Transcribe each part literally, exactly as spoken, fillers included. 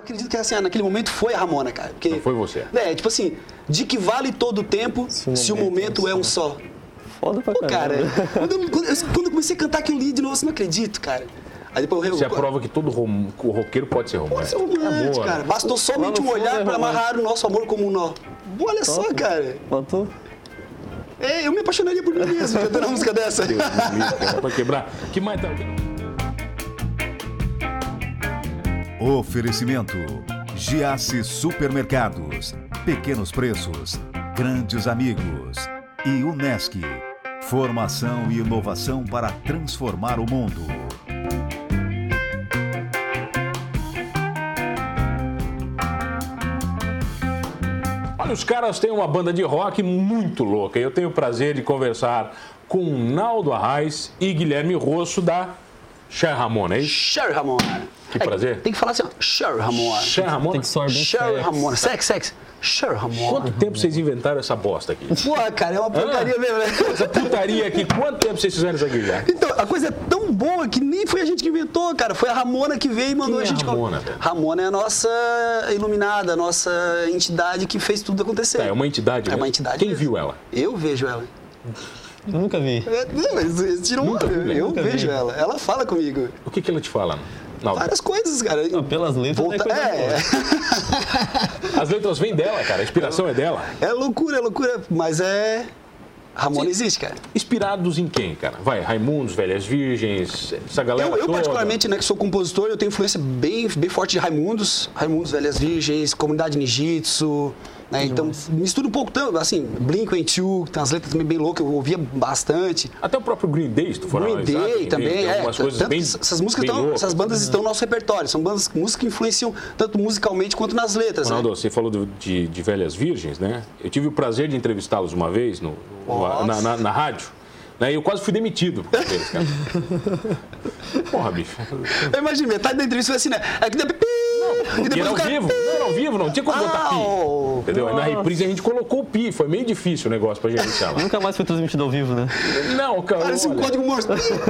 acredito que assim, naquele momento foi a Ramona, cara. Porque, não foi você. É, tipo assim, de que vale todo o tempo se, se o momento é um só. Foda pra Pô, cara, quando eu, quando, eu, quando eu comecei a cantar aquilo ali de novo, eu não acredito, cara. Aí depois eu... Você aprova que todo rom... o roqueiro pode ser romântico. Pode ser romântico, cara. Bastou somente um olhar pra amarrar o nosso amor como um nó. Olha só, cara. Matou? É, eu me apaixonaria por mim mesmo, cantando uma música dessa. Deus me livre, cara, pra quebrar. Que mais tá... Oferecimento: Giasse Supermercados, pequenos preços, grandes amigos e Unesc, formação e inovação para transformar o mundo. Olha, os caras têm uma banda de rock muito louca. Eu tenho o prazer de conversar com Naldo Arraes e Guilherme Rosso da Cher Ramona, é isso? Cher Ramona. Que prazer. É, tem que falar assim, ó, Cher Ramona. Cher Ramona? Tem que soar bem Cher sexy. Ramona. Sex, sex. Cher Ramona. Quanto tempo vocês inventaram essa bosta aqui? Pô, cara, é uma porcaria Ah, mesmo, né? Essa putaria aqui, quanto tempo vocês fizeram isso aqui já? Então, a coisa é tão boa que nem foi a gente que inventou, cara. Foi a Ramona que veio e mandou Quem é a gente... Ramona, velho? Ramona é a nossa iluminada, a nossa entidade que fez tudo acontecer. Tá, é uma entidade É uma mesmo? entidade Quem mesmo. viu ela? Eu vejo ela. Eu nunca vi. É, não, mas eles tiram Nunca uma. vi, Eu nunca vejo vi. ela. Ela fala comigo. O que, que ela te fala, Naldo? Várias coisas, cara. Não, pelas letras Volta... é coisa é, boa. As letras vêm dela, cara. A inspiração é dela. é loucura, é loucura. Mas é... Ramona Sim. existe, cara. Inspirados em quem, cara? Vai, Raimundos, Velhas Virgens, essa galera Eu, eu toda. particularmente, né, que sou compositor, eu tenho influência bem, bem forte de Raimundos. Raimundos, Velhas Virgens, Comunidade Ninjitsu, né? Então, mistura um pouco, tanto, assim, Blink one eighty-two, tem umas letras também bem loucas, eu ouvia bastante. Até o próprio Green Day, se tu for Green analisar, Day tem- também, tem é. algumas coisas Tanto bem, essas músicas bem tão, loucas. essas bandas estão no nosso repertório. São bandas, músicas que influenciam tanto musicalmente quanto nas letras. Ronaldo, Né? você falou do- de, de Velhas Virgens, né? Eu tive o prazer de entrevistá-los uma vez no, no- na, na, na rádio, né? E eu quase fui demitido por causa deles, cara. Porra, bicho. Eu imagino, metade da entrevista foi assim, né? É que deu pipi, e E depois era o ao cara... vivo, não era ao vivo, não tinha como botar pi. Au! Entendeu? Aí na reprise a gente colocou o pi, foi meio difícil o negócio pra gerenciar lá. Nunca mais foi transmitido ao vivo, né? Não, cara. Parece um olha, código morse.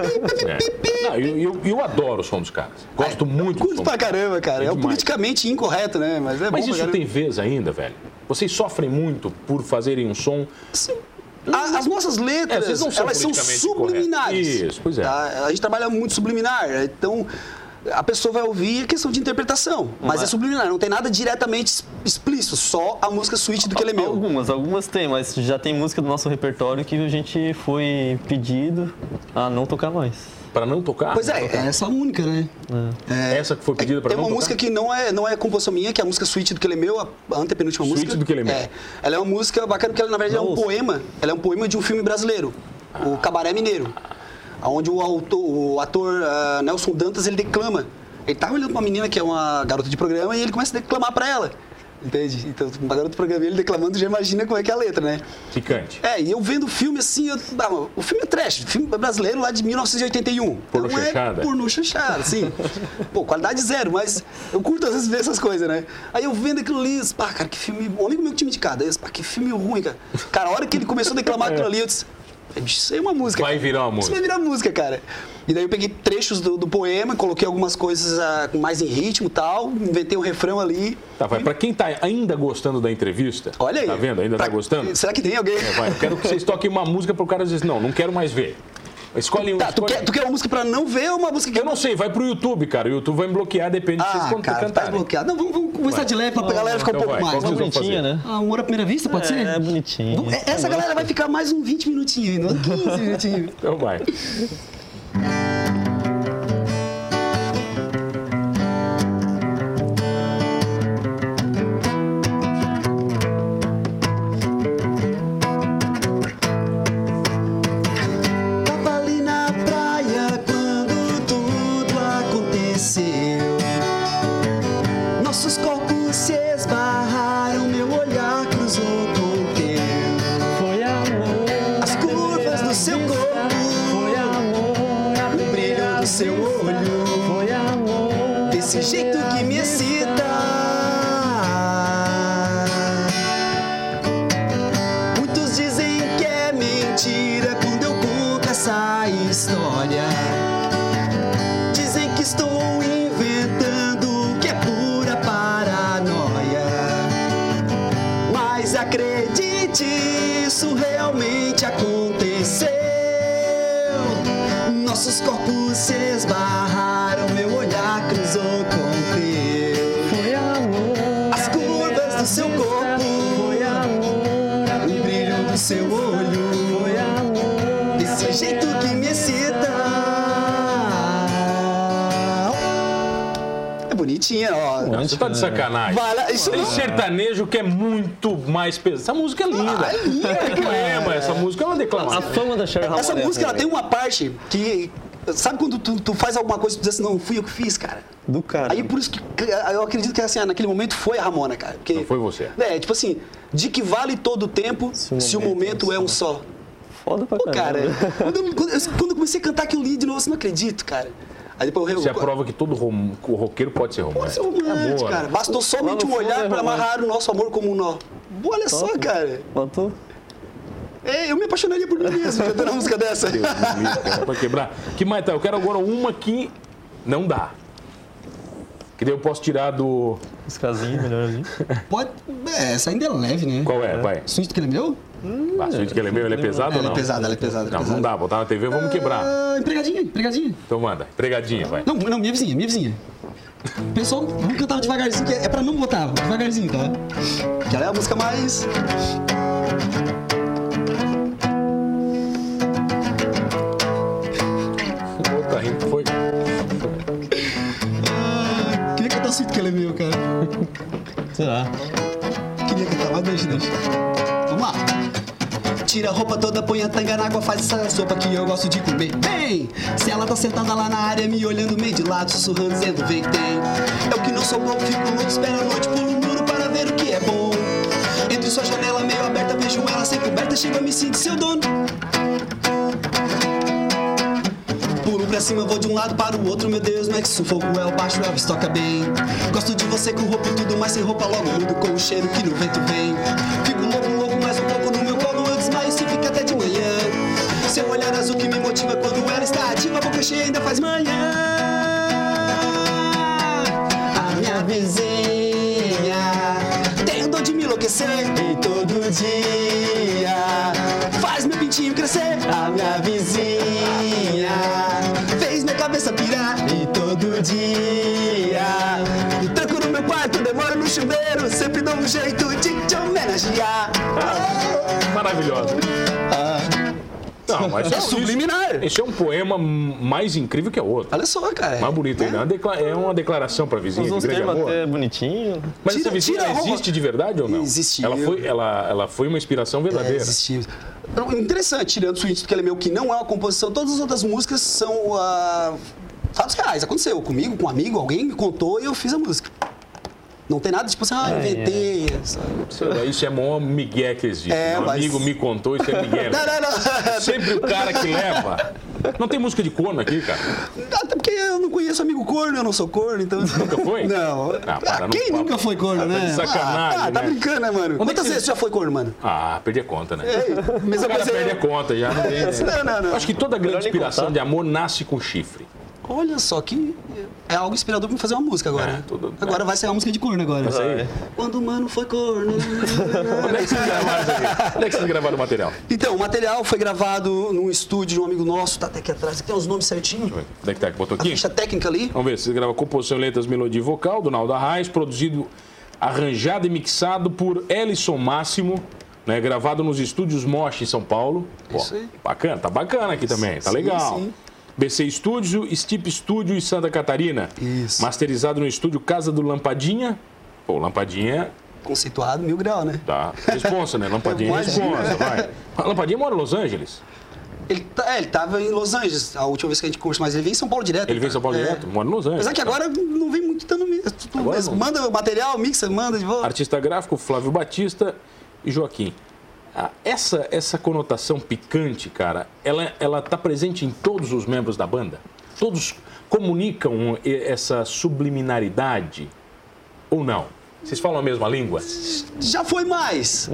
é. Não, eu, eu, eu adoro o som dos caras. Gosto muito do som Curto dos pra caras. caramba, cara. É É, o demais. politicamente incorreto, né? Mas é Mas bom pra isso caramba. tem vez ainda, velho? Vocês sofrem muito por fazerem um som... A- As nossas É, letras, vocês não são elas são politicamente subliminares. corretos. Isso, pois é. Tá? A gente trabalha muito subliminar, então a pessoa vai ouvir a questão de interpretação, mas é subliminar, não tem nada diretamente explícito, só a música suíte do que ele é meu. Algumas, algumas tem, mas já tem música do nosso repertório que a gente foi pedido a não tocar mais. Pra não tocar? Pois é, é essa única, né? É. Essa que foi pedida pra Tem não uma tocar? música que não é, não é composição minha, que é a música Suíte do que ele é meu, a antepenúltima Suíte música. do que ele é meu. É. Ela é uma música bacana porque ela, na verdade, é um Nossa. poema. Ela é um poema de um filme brasileiro, o Cabaré Mineiro, onde o, autor, o ator ah, Nelson Dantas, ele declama. Ele tá olhando pra uma menina que é uma garota de programa e ele começa a declamar pra ela. Entende? Então, uma garota de programa, ele declamando, já imagina como é que é a letra, né? Picante. É, e eu vendo o filme assim, eu, ah, o filme é trash, filme brasileiro lá de mil novecentos e oitenta e um. Pornô Então é chanchada. pornô chanchada, assim. Pô, qualidade zero, mas eu curto às vezes ver essas coisas, né? Aí eu vendo aquilo ali, eu disse, pá, cara, que filme... Um amigo meu que tinha me indicado, eu disse, pá, que filme ruim, cara. Cara, a hora que ele começou a declamar aquilo ali, eu disse... Isso aí é uma música. Vai cara. virar uma Isso música. vai virar música, cara. E daí eu peguei trechos do, do poema, coloquei algumas coisas ah, mais em ritmo e tal, inventei um refrão ali. Tá, vai. Pra quem tá ainda gostando da entrevista... Olha aí. Tá vendo? Ainda Pra- tá gostando? Será que tem alguém? É, vai. Eu quero que vocês toquem uma música pro cara dizer, não, não quero mais ver. Escolhe um. Tá, tu escolhe... quer, tu quer uma música pra não ver ou uma música que... Eu não sei, vai pro YouTube, cara. O YouTube vai me bloquear, depende de vocês Ah, quando cara, tá cantarem. desbloqueado. Não, vamos, vamos começar de leve pra a galera ficar um Então pouco vai, mais. qual Uma vocês vão bonitinha, fazer? né? Ah, amor à primeira vista, pode ser? É, bonitinho. Vamos- Essa galera vai ficar mais uns vinte minutinhos ainda, uns quinze minutinhos. Então vai. Tava ali na praia quando tudo aconteceu. Nossos corpos se esbarraram, meu olhar cruzou com o teu. Foi amor. As curvas do seu corpo, Foi amor. o brilho do seu olho, Foi amor. desse jeito que me excita. Muitos dizem que é mentira quando eu conto essa história. Dizem que estou inventando, que é pura Nossos corpos se esbarraram, meu olhar cruzou com o teu. Foi amor. As curvas do seu corpo, Foi amor. o brilho do seu olho, Foi amor. desse jeito que me excita. É bonitinha, ó. Não, você tá de sacanagem. Vai lá, isso Tem não- sertanejo que é muito mais pesado. Essa música é linda. Ah, é linda, É poema, essa música é uma A declamação. fama da Cher Ramone. Essa música, ela tem uma parte que... Sabe quando tu, tu faz alguma coisa e tu diz assim, não, fui eu que fiz, cara? Do cara. Aí por isso que eu acredito que assim, naquele momento foi a Ramona, cara. Porque, Não foi você. É, tipo assim, de que vale todo o tempo se o momento, é um só. Foda pra Pô, cara, caramba. quando eu, quando, eu, quando eu comecei a cantar aquilo ali de novo, assim, não acredito, cara. Aí depois eu... Você aprova que todo rom... o roqueiro pode ser romântico. Pode ser romântico, Amor. cara. Bastou somente Lá no um fundo olhar é pra romântico. amarrar o nosso amor como um nó. Olha só, Top. cara. Matou? É, eu me apaixonaria por mim mesmo cantando uma música dessa. Deus me livre, cara, pra quebrar. Que mais tá? Eu quero agora uma que não dá. Que daí eu posso tirar do... Os casinhos, melhorzinho. Pode... É, essa ainda é leve, né? Qual é? Vai. Suíte que ele é meu? Ah, suíte que ele é meu, ele é pesado ou Ela não? é pesada, ela é pesada. ela é Não, pesada. não dá. Botar na T V, vamos quebrar. Ah, empregadinha, empregadinha. Então manda. Pregadinha, vai. Não, não, minha vizinha, minha vizinha. Pessoal, vamos cantar devagarzinho, que é pra não botar, devagarzinho, tá? Que ela é a música mais... O tá rindo, foi. Ah, queria cantar Suíte que ele é meu, cara. Será? Queria cantar, mas deixa, deixa. Vamos lá. Tira a roupa toda, põe a tanga na água, faz essa sopa que eu gosto de comer. Bem, se ela tá sentada lá na área, me olhando meio de lado, sussurrando, dizendo, vem que tem. Eu que não sou bom, fico louco, espero a noite, pulo o muro para ver o que é bom. Entre sua janela meio aberta, vejo ela sem coberta, chega, me sinto seu dono. Pulo pra cima, vou de um lado para o outro, meu Deus, mas que sufoco é o baixo, Elvis toca bem. Gosto de você com roupa e tudo, mas sem roupa logo mudo com o cheiro que no vento vem. Fico louco, louco, mais um pouco no meu colo, eu desmaio, se fica até de manhã. Seu olhar azul que me motiva quando ela está ativa, a boca cheia ainda faz manhã. A minha vizinha tem o dom de me enlouquecer e todo dia faz meu pintinho crescer. A minha vizinha fez minha cabeça pirar e todo dia tranco no meu quarto, demoro no chuveiro, sempre dou um jeito de te homenagear. Maravilhosa. Não, mas É subliminar. Esse, esse é um poema mais incrível que o outro. Olha só, cara. Mais bonito ainda. É uma decla- É uma declaração pra vizinha Usou de uns grande termos amor. até bonitinho. Mas Tira- essa vizinha tira a roupa. existe de verdade ou não? Existiu. Ela foi, ela, ela foi uma inspiração É, verdadeira. existiu. Interessante, tirando o Suíte que ele é meu, que não é uma composição, todas as outras músicas são uh, fatos reais. Aconteceu comigo, com um amigo, alguém me contou e eu fiz a música. Não tem nada tipo assim, ah, inventei. sabe? Isso é maior migué que existe. É, um mas- amigo me contou, isso é migué. Não, não, não. Sempre o cara que leva. Não tem música de corno aqui, cara? Até porque eu não conheço amigo corno, eu não sou corno, então... Nunca foi? Não. Ah, para, não Quem fala. nunca foi corno, Ah, tá né? de sacanagem, Ah, tá né? brincando, né, mano? Onde é que Quantas você- vezes você já foi corno, mano? Ah, perdi a conta, né? É, mas O cara mas eu- perde a conta já, não tem. Não, não, não. Acho que toda grande Melhor nem inspiração contar. de amor nasce com chifre. Olha só, que é algo inspirador pra me fazer uma música agora. É, tudo- agora vai ser uma música de corno agora. Isso aí. Quando o mano foi corno... Onde é que vocês gravaram isso aqui? Onde é que vocês gravaram o material? Então, o material foi gravado num estúdio de um amigo nosso, tá até aqui atrás, aqui tem os nomes certinhos. Onde é que tá que botou A aqui? ficha técnica ali. Vamos ver, vocês gravam composição, letras, melodia e vocal, do Naldo Arraes, produzido, arranjado e mixado por Ellison Máximo, né, gravado nos estúdios Mosh em São Paulo. Pô, Isso aí. bacana, tá bacana aqui também, tá Sim, legal. sim. B C Studio, Steep Studio e Santa Catarina. Isso. Masterizado no estúdio Casa do Lampadinha. Pô, Lampadinha, Conceituado mil grau, né? tá. Responsa, né? Lampadinha, Imagina. responsa, vai. A Lampadinha mora em Los Angeles. Ele, tá, é, ele tava em Los Angeles, a última vez que a gente conversou, mas ele veio em São Paulo direto. Ele veio em São Paulo É. direto, mora em Los Angeles. Apesar que agora não vem muito dando mesmo. Agora Mas não. manda o material, mixa, manda de volta. Artista gráfico, Flávio Batista e Joaquim. Ah, Essa, essa conotação picante, cara, ela, ela tá presente em todos os membros da banda? Todos comunicam e- essa subliminaridade ou não? Vocês falam a mesma língua? Já foi mais.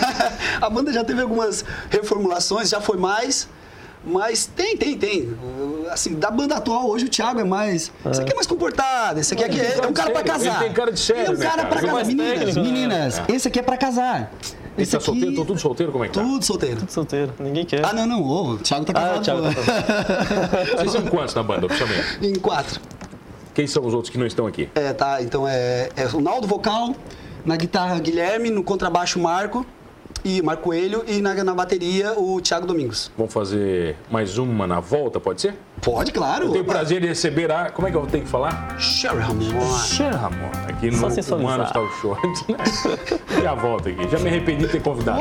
A banda já teve algumas reformulações, já foi mais. Mas tem, tem, tem. Assim, da banda atual, hoje o Thiago é mais... Esse aqui é mais comportado, esse aqui, aqui é, é um cara pra casar. Ele tem cara de sério, Ele é um né, cara cara? pra Ele é casar. mais Meninas, técnico, né? meninas, esse aqui é pra casar. Ele tá solteiro? Tô tudo solteiro? Como é que tá? Tudo solteiro. Tudo solteiro, ninguém quer. Ah, não, não. Ô, o Thiago tá Ah, casado. o Thiago pô. tá Vocês são quantos na banda, oficialmente? Em quatro. Quem são os outros que não estão aqui? É, tá. Então é, é o Naldo vocal, na guitarra Guilherme, no contrabaixo Marco, e Marco Coelho, e na, na bateria o Thiago Domingos. Vamos fazer mais uma na volta, pode ser? Pode, claro. Eu tenho o prazer de receber a... Como é que eu tenho que falar? Sherry Ramon. Cher Ramon, aqui Só no sensualizar. Humanos Talk Show. Já volto aqui, já me arrependi de ter convidado.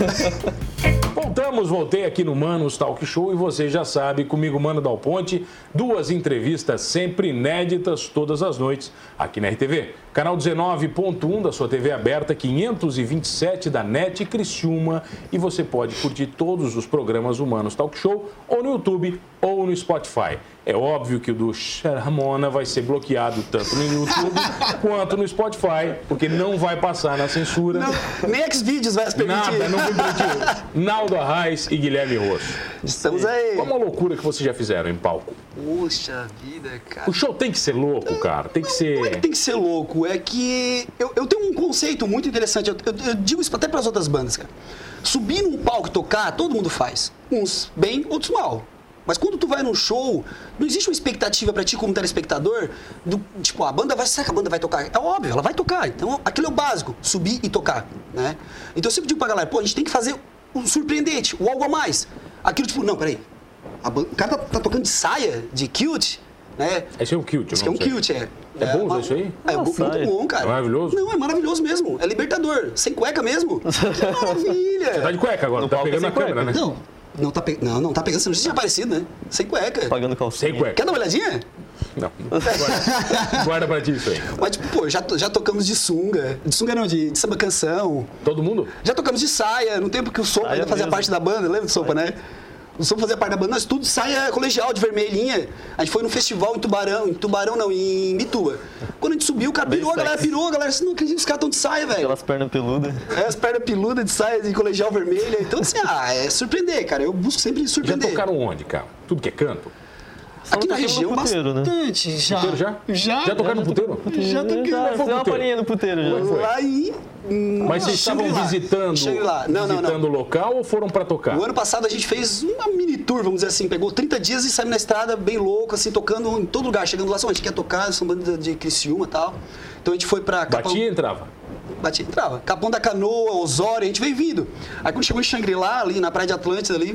Voltamos, voltei aqui no Manos Talk Show e você já sabe, comigo, Mano Dal Ponte, duas entrevistas sempre inéditas todas as noites aqui na R T V. Canal dezenove ponto um da sua T V aberta, quinhentos e vinte e sete da NET Criciúma, e você pode curtir todos os programas Humanos Talk Show ou no YouTube ou no Spotify. É óbvio que o do Cher Ramona vai ser bloqueado tanto no YouTube quanto no Spotify, porque não vai passar na censura. Não, nem Xvideos vai se permitir. Nada, não me permitiu. Naldo Arraes e Guilherme Rosso. Estamos aí. Qual uma loucura que vocês já fizeram em palco? Puxa vida, cara. O show tem que ser louco, cara. Tem que Não é que ser... tem que ser louco, é que eu, eu tenho um conceito muito interessante, eu, eu- eu digo isso até para as outras bandas, cara. Subir num palco e tocar, todo mundo faz. Uns bem, outros mal. Mas quando tu vai num show, não existe uma expectativa pra ti como telespectador, do, tipo, a banda vai, será que a banda vai tocar? É óbvio, ela vai tocar. Então, aquilo é o básico, subir e tocar, né? Então eu sempre digo pra galera, pô, a gente tem que fazer o surpreendente, o algo a mais. Aquilo tipo, não, peraí, a ban- o cara tá, tá tocando de saia, de kilt, né? Esse é um kilt, eu Isso que é não um sei. kilt, é. É bom usar uma- isso aí? É, Ah, bu- saia. muito bom, cara. É maravilhoso? Não, é maravilhoso mesmo. É libertador. Sem cueca mesmo. Que maravilha. Tá de cueca agora, No tá palco pegando é na sem câmera, né? cueca. Não, não tá, pe... não, não tá pegando. Você não tinha aparecido, né? Sem cueca. Pagando calcinha. Sem cueca. Quer dar uma olhadinha? Não. Guarda, guarda pra ti isso aí. Mas, tipo, pô, já, to- já tocamos de sunga. De sunga não, de, de samba canção. Todo mundo? Já tocamos de saia, no tempo que o Sopa Saia ainda fazia mesmo. parte da banda, lembra do Sopa, né? O Sopa fazia parte da banda, nós tudo saia colegial, de vermelhinha. A gente foi num festival em Tubarão, em Tubarão não, em Mituba. Quando a gente subiu, o cara Bem pirou, a galera sexy. pirou, a galera assim, não acredito que os caras estão de saia, velho. Aquelas pernas peludas. É, as pernas peludas de saia de colegial vermelha. Então, assim, ah, é surpreender, cara. Eu busco sempre Já surpreender. tocaram onde, cara? Tudo que é canto? Aqui na Só região, no puteiro, né? bastante. Já. Puteiro já? Já. Já tocaram no puteiro? Já toquei. Já, foi fiz uma puteiro? palhinha no puteiro já. Foi. Lá em... Mas vocês estavam Shangri-La. visitando, Shangri-La. Não, não, visitando não. o local ou foram pra tocar? O ano passado a gente fez uma mini tour, vamos dizer assim. Pegou trinta dias e saímos na estrada bem louco, assim, tocando em todo lugar. Chegando lá, só a gente quer tocar, são bandas de Criciúma e tal. Então a gente foi pra... Capão- Batia e entrava. Batia e entrava. Capão da Canoa, Osório, a gente veio vindo. Aí quando chegou em Shangri-La, ali na Praia de Atlântida, ali...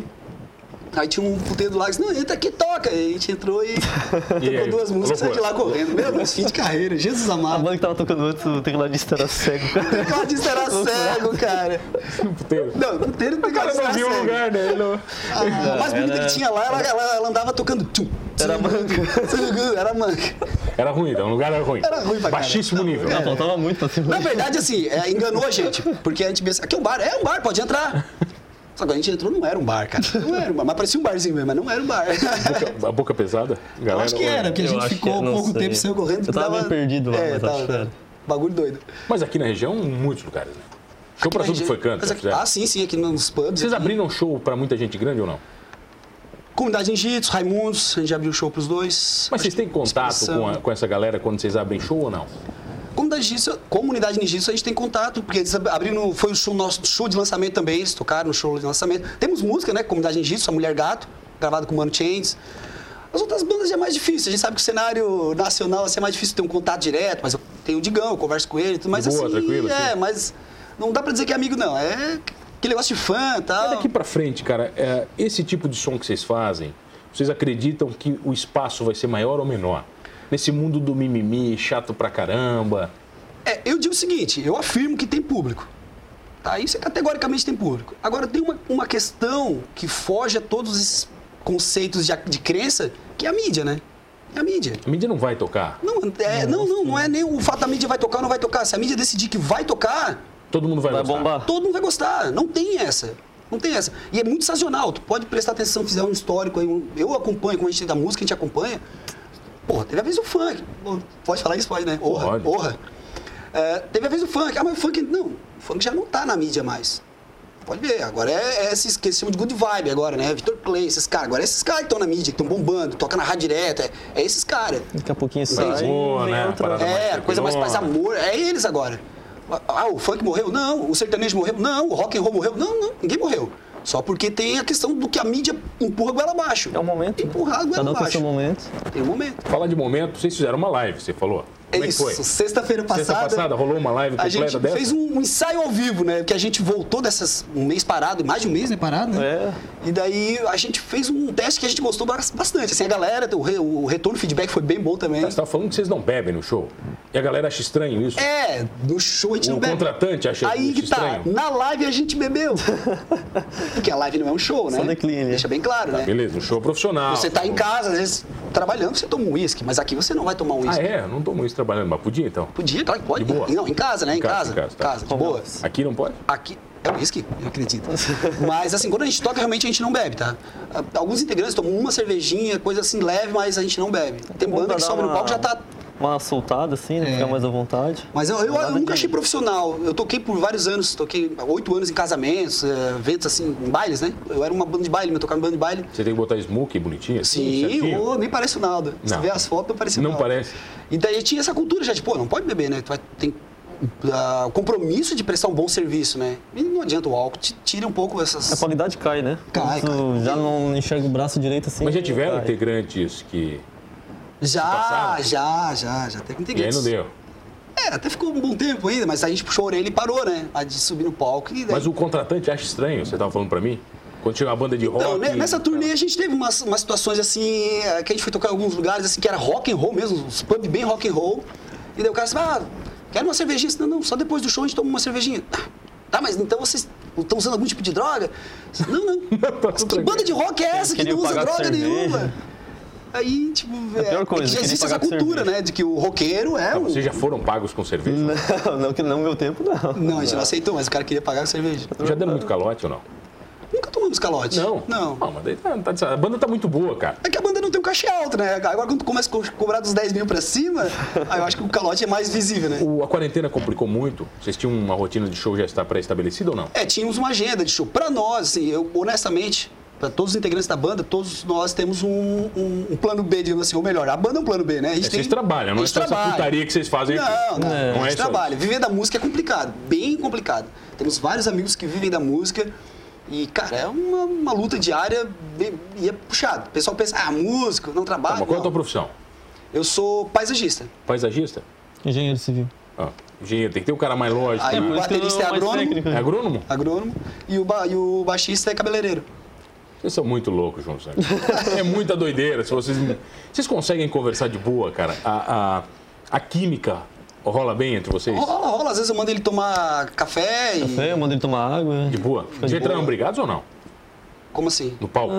Aí tinha um puteiro do lado que disse, não, entra aqui, toca. Aí a gente entrou e, tocou aí? duas músicas e saiu de lá correndo. Meu Deus, fim de carreira, Jesus A amado. banda que tava tocando antes, o tecladista era cego. O tecladista era cego, cara. No puteiro. Não, o puteiro do O cara tecladista não era viu o cego. lugar, né? Ele não- A mais bonita Era- que tinha lá, ela, ela, ela andava tocando... Tum, Era tum, manca. tum, Era manca. Era ruim, então, o lugar era ruim. Era ruim pra Baixíssimo caralho. nível. Ah, faltava muito pra cima. Na verdade, assim, é, enganou a gente. Porque a gente pensa, aqui é um bar. É um bar, pode entrar. Só que a gente entrou, não era um bar, cara. Não era um bar, mas parecia um barzinho mesmo, mas não era um bar. Boca- a boca pesada? Eu Galera, acho que era, porque a Eu gente acho ficou que- não pouco sei. tempo saiu correndo. Eu tava meio perdido lá, é, mas tava, acho que tava. era. Bagulho doido. Mas aqui na região, muitos lugares, né? Show pra Aqui na tudo que região- foi canto. mas já aqui- fizeram. Ah, sim, sim, aqui nos pubs. Vocês aqui. abriram show pra muita gente grande ou não? Comunidade Ninjitsu, Raimundos, a gente já abriu show pros dois. Mas vocês têm contato Expressão. com, a- com essa galera quando vocês abrem show ou não? Comunidade Ninjitsu, comunidade Ninjitsu a gente tem contato, porque eles abriram, foi o show, nosso show de lançamento também, eles tocaram no show de lançamento. Temos música, né? Comunidade Ninjitsu, A Mulher Gato, gravado com o Mano Chains. As outras bandas já é mais difícil, a gente sabe que o cenário nacional assim, é mais difícil ter um contato direto, mas eu tenho o Digão, eu converso com ele, tudo, mas De boa, assim, tranquilo, é, assim? mas não dá pra dizer que é amigo não, é aquele negócio de fã e tal. Mas daqui pra frente, cara, é, esse tipo de som que vocês fazem, vocês acreditam que o espaço vai ser maior ou menor? Nesse mundo do mimimi, chato pra caramba. É, eu digo o seguinte, eu afirmo que tem público. Tá? Isso é categoricamente tem público. Agora, tem uma, uma questão que foge a todos esses conceitos de, de crença, que é a mídia, né? É a mídia. A mídia não vai tocar. Não, é, não, não, não é nem o fato da mídia vai tocar ou não vai tocar. Se a mídia decidir que vai tocar, Todo mundo vai, Vai gostar. bombar. todo mundo vai gostar. Não tem essa. Não tem essa. E é muito sazonal. Tu pode prestar atenção, fizer um histórico aí. um- Eu acompanho, como a gente da música, a gente acompanha. Porra, teve a vez o funk. Pô, pode falar isso? Pode, né? Porra, Pode. porra. É, teve a vez o funk. Ah, mas o funk... Não, o funk já não tá na mídia mais. Pode ver. Agora é, é esses que eles chamam de good vibe agora, né? Vitor Clay, esses caras. Agora é esses caras que estão na mídia, que estão bombando, toca na rádio direto. É, é esses caras. Daqui a pouquinho sai. Boa, vem né? outra- Parada mais É, a coisa mais, mais tranquilona. amor. É eles agora. Ah, o funk morreu? Não. O sertanejo morreu? Não. O rock and roll morreu? Não, não. Ninguém morreu. Só porque tem a questão do que a mídia empurra a goela abaixo. É o momento. Empurrar a goela Cada um tem abaixo. seu momento. Tem um momento. Falar de momento, vocês fizeram uma live, você falou. Como é que isso, foi? sexta-feira passada. Sexta passada rolou uma live A completa gente dessa? fez um, um ensaio ao vivo, né? Que a gente voltou dessas um mês parado, mais de um mês, né? Parado, né? É. E daí a gente fez um teste que a gente gostou bastante. Assim, a galera, o, re, o retorno, o feedback foi bem bom também. Você estava falando que vocês não bebem no show. E a galera acha estranho isso. É, no show a gente O não bebe. contratante acha Aí isso que tá, estranho. na live a gente bebeu. Porque a live não é um show, né? Só decline. Deixa bem claro, né? Beleza, um show profissional. Você tá em casa, às vezes, trabalhando, você toma um uísque, mas aqui você não vai tomar um Ah, uísque. é? Eu não tomo isso trabalhando, mas podia então? Podia, claro que pode. De boa? Não, em casa, né? Em, Em casa, casa. em casa, Em tá. casa, de boa. Aqui não pode? Aqui é uísque, eu acredito. Mas assim, quando a gente toca, realmente a gente não bebe, tá? Alguns integrantes tomam uma cervejinha, coisa assim leve, mas a gente não bebe. Tem bom banda pra que dar sobe no uma- palco já tá. Uma soltada assim, né? É. Ficar mais à vontade. Mas eu, eu, eu Nada nunca de- achei profissional. Eu toquei por vários anos, toquei oito anos em casamentos, eh, eventos assim, em bailes, né? Eu era uma banda de baile, eu tocava em banda de baile. Você tem que botar smoke bonitinho assim, Sim, certinho? ô, nem parece o Naldo. Você Não. vê as fotos, não parece o Não Naldo. parece. E daí tinha essa cultura já de, pô, não pode beber, né? Tu vai, tem ah, o compromisso de prestar um bom serviço, né? E não adianta o álcool, te- tira um pouco essas... A qualidade cai, né? Cai, Tu cai. já não enxerga o braço direito assim. Mas já tiveram cai. integrantes que... Já, passaram? já, já, já teve E aí integrantes. não deu. É, até ficou um bom tempo ainda, mas a gente puxou a orelha e parou, né? A de subir no palco e daí... Mas o contratante acha estranho, você tava falando pra mim? Quando chega uma banda de rock... Então, né, nessa turnê a gente teve umas, umas situações assim, eh, que a gente foi tocar em alguns lugares assim, que era rock and roll mesmo, uns pubs bem rock and roll. E daí o cara disse, ah, quero uma cervejinha. Não, não, só depois do show a gente toma uma cervejinha. Tá, mas então vocês estão usando algum tipo de droga? Não, não. Tá Mas tudo que banda de rock é essa que Queriam não usa pagar com droga cerveja. nenhuma? Aí, tipo, É a pior coisa, que já querer existe pagar essa com cultura, cerveja. né? De que o roqueiro é Ah, um... vocês já foram pagos com cerveja? Não, não, que não meu tempo, não. Não, a gente não aceitou, mas o cara queria pagar a cerveja. Já deram muito calote ou não? Nunca tomamos calote. Não? Não. Não, mas daí tá, tá- a banda tá muito boa, cara. É que a banda não tem um cachê alto, né? Agora quando tu começa a co- cobrar dos dez mil pra cima, aí eu acho que o calote é mais visível, né? O- a quarentena complicou muito? Vocês tinham uma rotina de show já está pré-estabelecida ou não? É, tínhamos uma agenda de show. Pra nós, assim, eu honestamente, pra todos os integrantes da banda, todos nós temos um, um- um plano B, digamos assim, ou melhor, a banda é um plano B, né? A gente É, vocês trabalham, não a é gente só essa trabalha. putaria que vocês fazem aqui. Não, não, É. a Não é gente isso? trabalha. Viver da música é complicado, bem complicado. Temos vários amigos que vivem da música e, cara, é uma, uma luta diária bem- e é puxado. O pessoal pensa, ah, músico, não Tá, trabalha. mas qual é a tua Não. profissão? Eu sou paisagista. Paisagista? Engenheiro civil. Ah, engenheiro, tem que ter um cara mais lógico. Aí né? o baterista é mais agrônomo, técnico. É agrônomo? agrônomo e o, ba- e o baixista é cabeleireiro. Vocês são muito loucos, João Santos. É muita doideira. Se vocês, vocês conseguem conversar de boa, cara? A, a, a química rola bem entre vocês? Rola, rola. Às vezes eu mando ele tomar café e... Café, eu mando ele tomar água. De boa? Já boa. entraram brigados ou não? Como assim? No palco?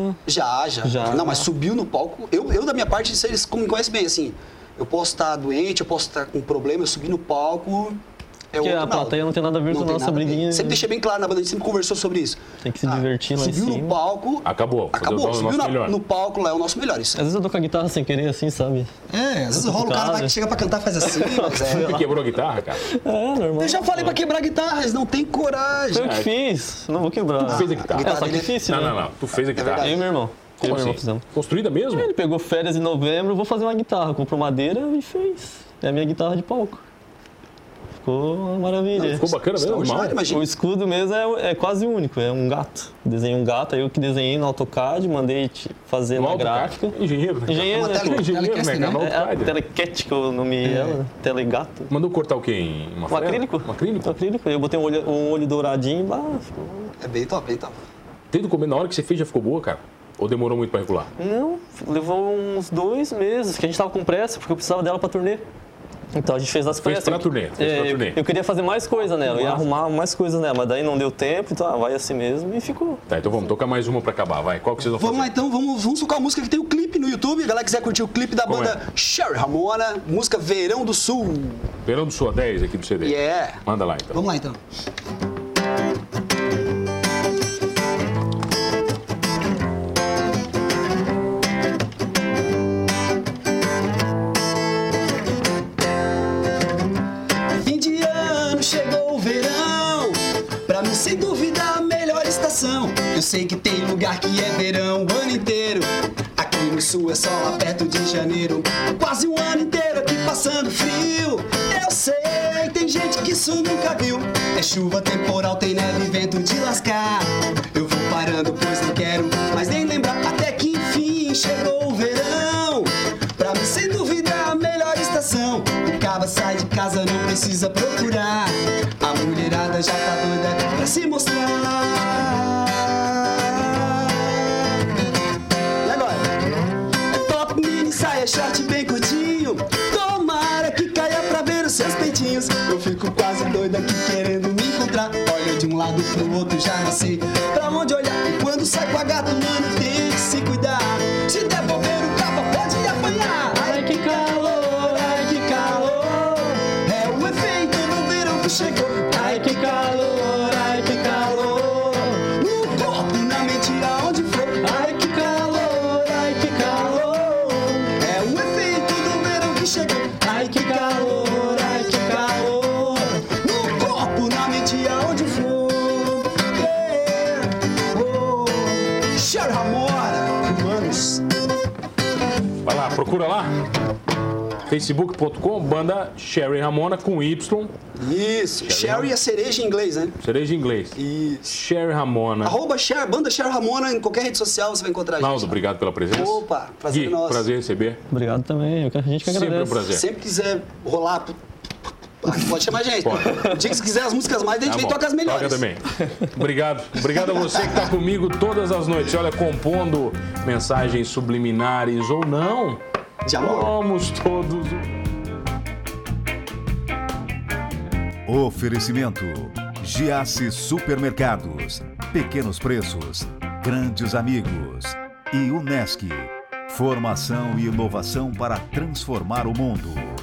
Já, já, Já. Não, mas subiu no palco. Eu, eu da minha parte, vocês me conhecem bem, assim. Eu posso estar doente, eu posso estar com problema, eu subi no palco. É Porque outro a Naldo. plateia não tem nada a ver Não com a tem nossa nada a ver. briguinha. Sempre deixei bem claro na banda, a gente sempre conversou sobre isso. Tem que se divertir lá em Subiu no cima. palco. Acabou. Acabou. Fazer o Subiu nosso na- melhor. no palco lá é o nosso melhor. Isso. Às vezes eu dou com a guitarra sem querer, assim, sabe? É, às vezes rola o cara Cara. vai, chega pra cantar faz assim, mas é. Você quebrou a guitarra, cara? É, normal. Eu já falei pra quebrar guitarra, eles não tem coragem. Foi eu que fiz. Não vou quebrar. Tu fez a guitarra? É, só que dele- difícil, Não, né? não, não. Tu fez a guitarra. verdade. Eu e meu irmão. Eu Como e meu irmão assim? fizemos. Construída mesmo? Ele pegou férias em novembro, vou fazer uma guitarra. Comprou madeira e fez. É a minha guitarra de palco. Ficou uma maravilha. Ficou bacana mesmo? Extraordinário, Mal? imagina. O escudo mesmo é, é quase único, é um gato. Desenhei um gato, aí eu que desenhei no AutoCAD, mandei te- fazer No na AutoCAD? gráfica. Engenheiro, né? Engenheiro, Uma né? tele- pô? Engenheiro, né, telecast, cara? No né? É a AutoCAD. Telecat que eu nomeei ela, Telegato. Mandou cortar o quê? Em uma Um frela? acrílico. Um acrílico? Um acrílico. Aí eu botei um olho, um olho douradinho, bah, ficou... É bem top, bem top. Desde o começo, na hora que você fez, já ficou boa, cara? Ou demorou muito pra regular? Não, levou uns dois meses, que a gente tava com pressa, porque eu precisava dela pra turnê. Então a gente fez as Fez pressas. pra turnê, fez É, pra eu- turnê. Eu queria fazer mais coisa nela, eu ia Massa. arrumar mais coisas nela, mas daí não deu tempo, então ah, vai assim mesmo e ficou. Tá, então vamos tocar mais uma pra acabar, vai. Qual que vocês vão Vamos lá fazer? então, vamos, vamos tocar a música que tem o clipe no YouTube. A galera quiser curtir o clipe da Qual banda Sherry Ramona, música Verão do Sul. Verão do Sul dez aqui do C D. Yeah. Manda lá, então. Vamos lá então. Fim de ano, chegou o verão. Pra mim, sem dúvida, a melhor estação. Eu sei que tem lugar que é verão o ano inteiro. Aqui no sul é só lá perto de janeiro. Quase um ano inteiro aqui passando frio. Eu sei, tem gente que isso nunca viu. É chuva, temporal, tem neve, vento de lascar. Eu vou parando, pois não quero mais nem lembrar. Até que enfim chegou o verão. Pra mim, sem dúvida, a melhor estação. O caba sai de casa, não precisa procurar. A mulherada já tá doida pra se mostrar. E agora? É top, mini, saia, short bem curtinho. Tomara que caia pra ver os seus peitinhos. Eu fico quase doido aqui querendo me encontrar. Olha de um lado pro outro, já não sei pra onde olhar. E quando sai com a gata, mano, tem que se cuidar. Se devolver o capa, pode apanhar. Ai que calor, ai que calor. É o efeito do verão que chegou. Ai que calor, ai que calor. No corpo, na mente, aonde for. Ai que calor, ai que calor. É o efeito do verão que chegou. Ai que calor, ai que calor. No corpo, na mente, aonde for. Yeah. Oh. Sherry Ramona, humanos. Vai lá, procura lá. facebook ponto com, banda Sherry Ramona com Y. Isso, Sherry é cereja em inglês, né? Cereja em inglês. Isso. Sherry Ramona. Arroba Sherry, banda Sherry Ramona, em qualquer rede social você vai encontrar a gente. Naldo, obrigado pela presença. Opa, prazer Gui, nosso. prazer em receber. Obrigado também, eu que- a gente que Sempre agradece. um prazer. Sempre quiser rolar, pode chamar a gente. Pode. O dia que você quiser as músicas mais, a gente Tá vem bom. toca as melhores. Toca também. Obrigado. Obrigado a você que está comigo todas as noites. Olha, compondo mensagens subliminares ou não. De amor. Somos todos. Oferecimento: Giasse Supermercados, pequenos preços, grandes amigos. E Unesc, formação e inovação para transformar o mundo.